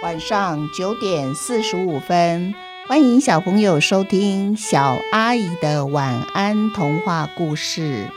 晚上9:45，欢迎小朋友收听小阿姨的晚安童话故事。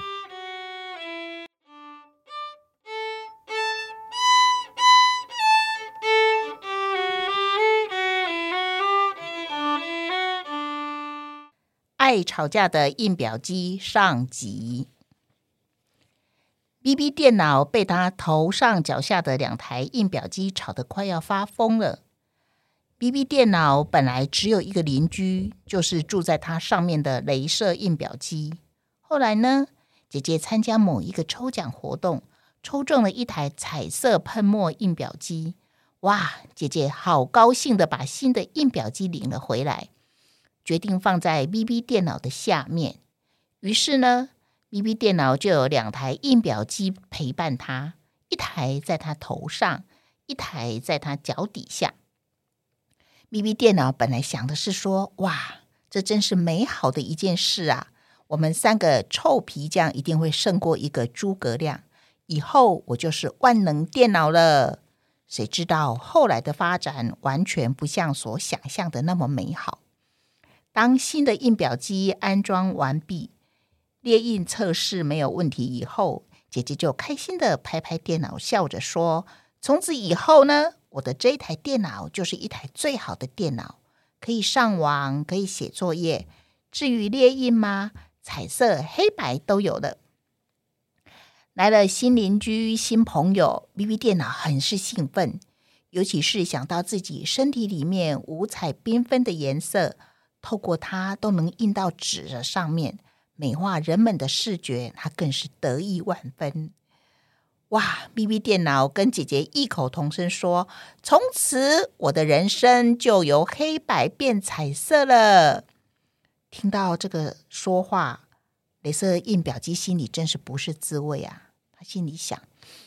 爱吵架的印表机上集。BB 电脑被他头上脚下的2台印表机吵得快要发疯了。BB 电脑本来只有一个邻居，就是住在他上面的雷射印表机。后来呢，姐姐参加某一个抽奖活动，抽中了一台彩色喷墨印表机。哇，姐姐好高兴的把新的印表机领了回来，决定放在 BB 电脑的下面。于是呢，BB 电脑就有2台印表机陪伴他，一台在他头上，一台在他脚底下。BB 电脑本来想的是说，哇，这真是美好的一件事啊！我们3个臭皮匠一定会胜过一个诸葛亮，以后我就是万能电脑了。谁知道后来的发展完全不像所想象的那么美好。当新的印表机安装完毕，列印测试没有问题以后，姐姐就开心的拍拍电脑，笑着说，从此以后呢，我的这一台电脑就是一台最好的电脑，可以上网，可以写作业，至于列印吗，彩色黑白都有了。来了新邻居新朋友， BB 电脑很是兴奋，尤其是想到自己身体里面五彩缤纷的颜色透过它都能印到纸的上面，美化人们的视觉，他更是得意万分。哇 BB 电脑跟姐姐异口同声说，从此我的人生就由黑白变彩色了。听到这个说话，雷射印表机心里真是不是滋味啊。他心里想，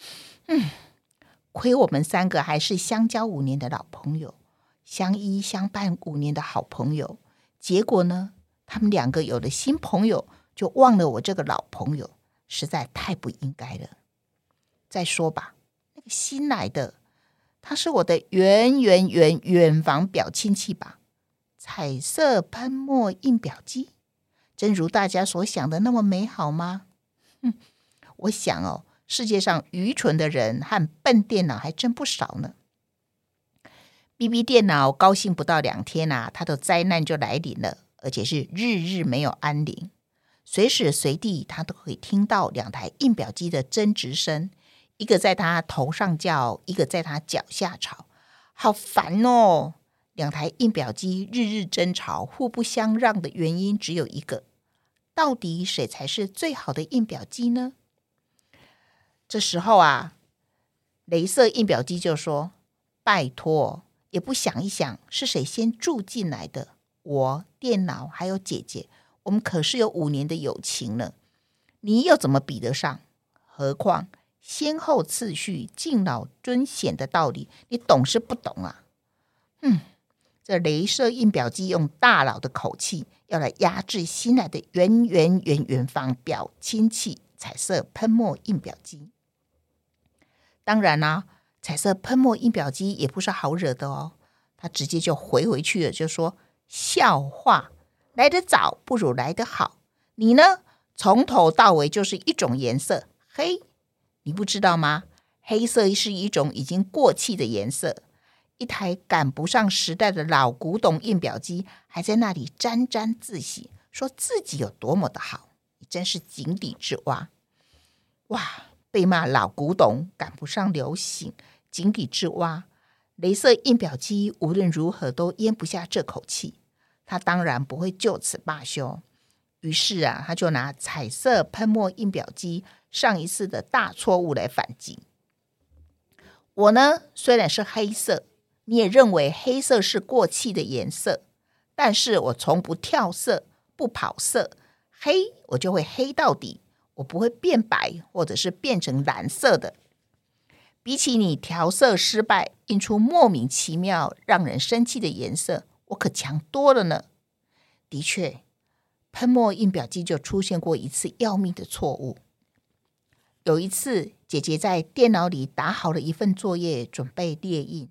亏我们3个还是相交5年的老朋友，相依相伴5年的好朋友，结果呢，他们2个有了新朋友就忘了我这个老朋友，实在太不应该了。再说吧，那个新来的，他是我的远房表亲戚吧？彩色喷墨印表机，真如大家所想的那么美好吗？我想世界上愚蠢的人和笨电脑还真不少呢。BB 电脑高兴不到2天啊，他的灾难就来临了，而且是日日没有安宁。随时随地他都可以听到2台印表机的争执声，一个在他头上叫，一个在他脚下吵，好烦哦。2台印表机日日争吵，互不相让的原因只有一个，到底谁才是最好的印表机呢？这时候啊，雷射印表机就说，拜托，也不想一想是谁先住进来的，我、电脑还有姐姐，我们可是有5年的友情了，你又怎么比得上？何况先后次序、敬老尊贤的道理，你懂是不懂啊？这雷射印表机用大佬的口气要来压制新来的远房表亲戚彩色喷墨印表机。当然啦，彩色喷墨印表机也不是好惹的哦，他直接就回去了，就说，笑话，来得早不如来得好，你呢，从头到尾就是一种颜色，黑，你不知道吗？黑色是一种已经过气的颜色，一台赶不上时代的老古董印表机还在那里沾沾自喜，说自己有多么的好，你真是井底之蛙。哇，被骂老古董，赶不上流行，井底之蛙，雷射印表机无论如何都咽不下这口气，他当然不会就此罢休。于是啊，他就拿彩色喷墨印表机上一次的大错误来反击。我呢，虽然是黑色，你也认为黑色是过气的颜色，但是我从不跳色，不跑色，黑我就会黑到底，我不会变白或者是变成蓝色的。比起你调色失败，印出莫名其妙让人生气的颜色，我可强多了呢。的确，喷墨印表机就出现过一次要命的错误。有一次，姐姐在电脑里打好了一份作业，准备列印，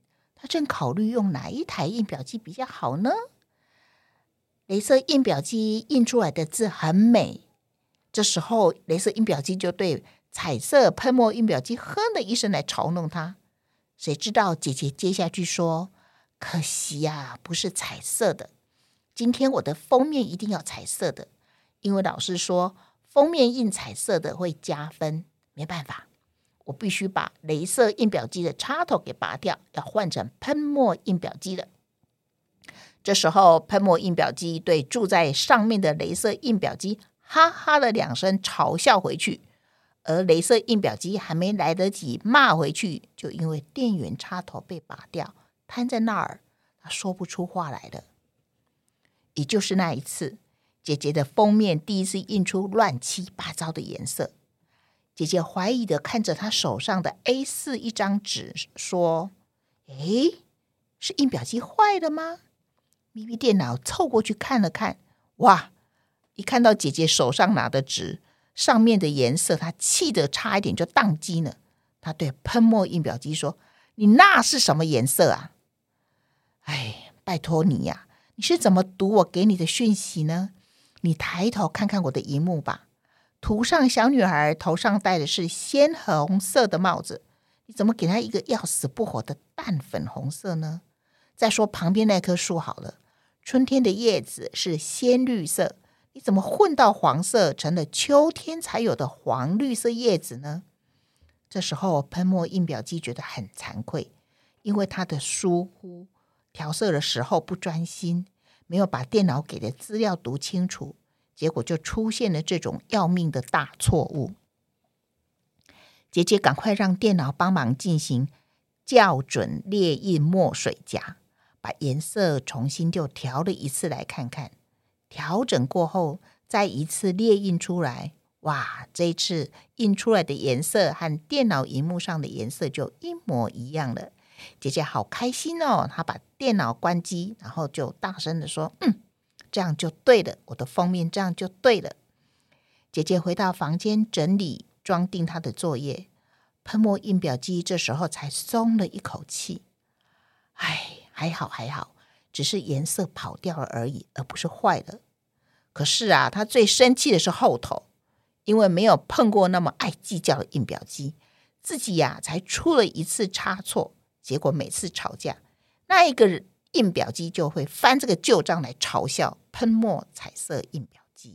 他正考虑用哪一台印表机比较好呢？雷射印表机印出来的字很美，这时候雷射印表机就对彩色喷墨印表机哼的一声来嘲弄他。谁知道姐姐接下去说，可惜呀，不是彩色的，今天我的封面一定要彩色的，因为老师说封面印彩色的会加分，没办法，我必须把雷射印表机的插头给拔掉，要换成喷墨印表机了。这时候喷墨印表机对住在上面的雷射印表机哈哈的2声嘲笑回去，而雷射印表机还没来得及骂回去，就因为电源插头被拔掉，瘫在那儿，他说不出话来了。也就是那一次，姐姐的封面第一次印出乱七八糟的颜色。姐姐怀疑的看着她手上的 A4 一张纸说，诶，是印表机坏了吗？咪咪电脑凑过去看了看，哇，一看到姐姐手上拿的纸上面的颜色，她气得差一点就宕机了。她对喷墨印表机说，你那是什么颜色啊？哎，拜托你呀，你是怎么读我给你的讯息呢？你抬头看看我的荧幕吧，图上小女孩头上戴的是鲜红色的帽子，你怎么给她一个要死不活的淡粉红色呢？再说旁边那棵树好了，春天的叶子是鲜绿色，你怎么混到黄色，成了秋天才有的黄绿色叶子呢？这时候喷墨印表机觉得很惭愧，因为他的疏忽，调色的时候不专心，没有把电脑给的资料读清楚，结果就出现了这种要命的大错误。姐姐赶快让电脑帮忙进行校准列印墨水夹，把颜色重新就调了一次来看看，调整过后再一次列印出来，哇，这一次印出来的颜色和电脑荧幕上的颜色就一模一样了。姐姐好开心哦，她把电脑关机，然后就大声的说，这样就对了，我的封面这样就对了。姐姐回到房间整理装订她的作业，喷墨印表机这时候才松了一口气。哎，还好，只是颜色跑掉了而已，而不是坏了。可是啊，他最生气的是后头，因为没有碰过那么爱计较的印表机，自己呀才出了一次差错，结果每次吵架，那一个印表机就会翻这个旧账来嘲笑喷墨彩色印表机。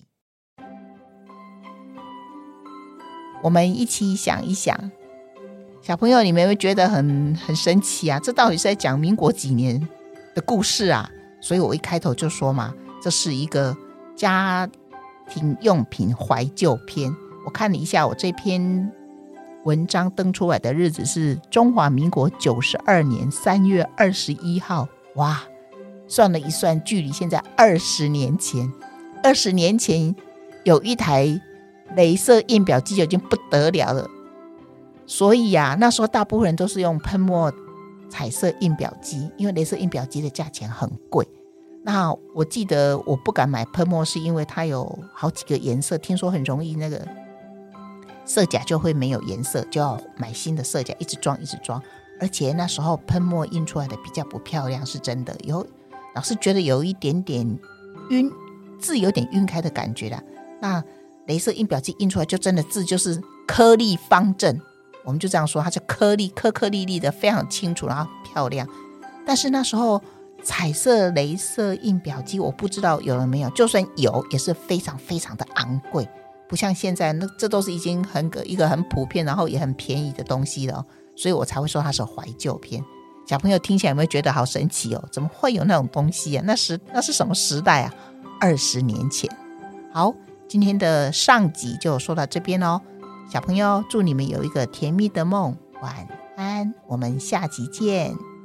我们一起想一想，小朋友，你们会觉得很神奇啊？这到底是在讲民国几年的故事啊？所以我一开头就说嘛，这是一个家庭用品怀旧篇。我看了一下，我这篇文章登出来的日子是中华民国92年3月21号。哇，算了一算，距离现在20年前，20年前有一台雷射印表机就已经不得了了。所以啊，那时候大部分人都是用喷墨彩色印表机，因为雷射印表机的价钱很贵。那我记得我不敢买喷墨，是因为它有好几个颜色，听说很容易那个色甲就会没有颜色，就要买新的色甲，一直装。而且那时候喷墨印出来的比较不漂亮，是真的。老师觉得有一点点晕，字有点晕开的感觉啦。那雷射印表机印出来就真的字就是颗粒方正，我们就这样说，它是颗粒颗粒的，非常清楚，然后漂亮。但是那时候彩色雷射印表机我不知道有了没有，就算有也是非常非常的昂贵，不像现在，这都是已经一个很普遍然后也很便宜的东西了，所以我才会说它是怀旧篇。小朋友听起来有没有觉得好神奇哦？怎么会有那种东西啊？那是什么时代啊？20年前。好，今天的上集就说到这边哦。小朋友，祝你们有一个甜蜜的梦，晚安，我们下集见。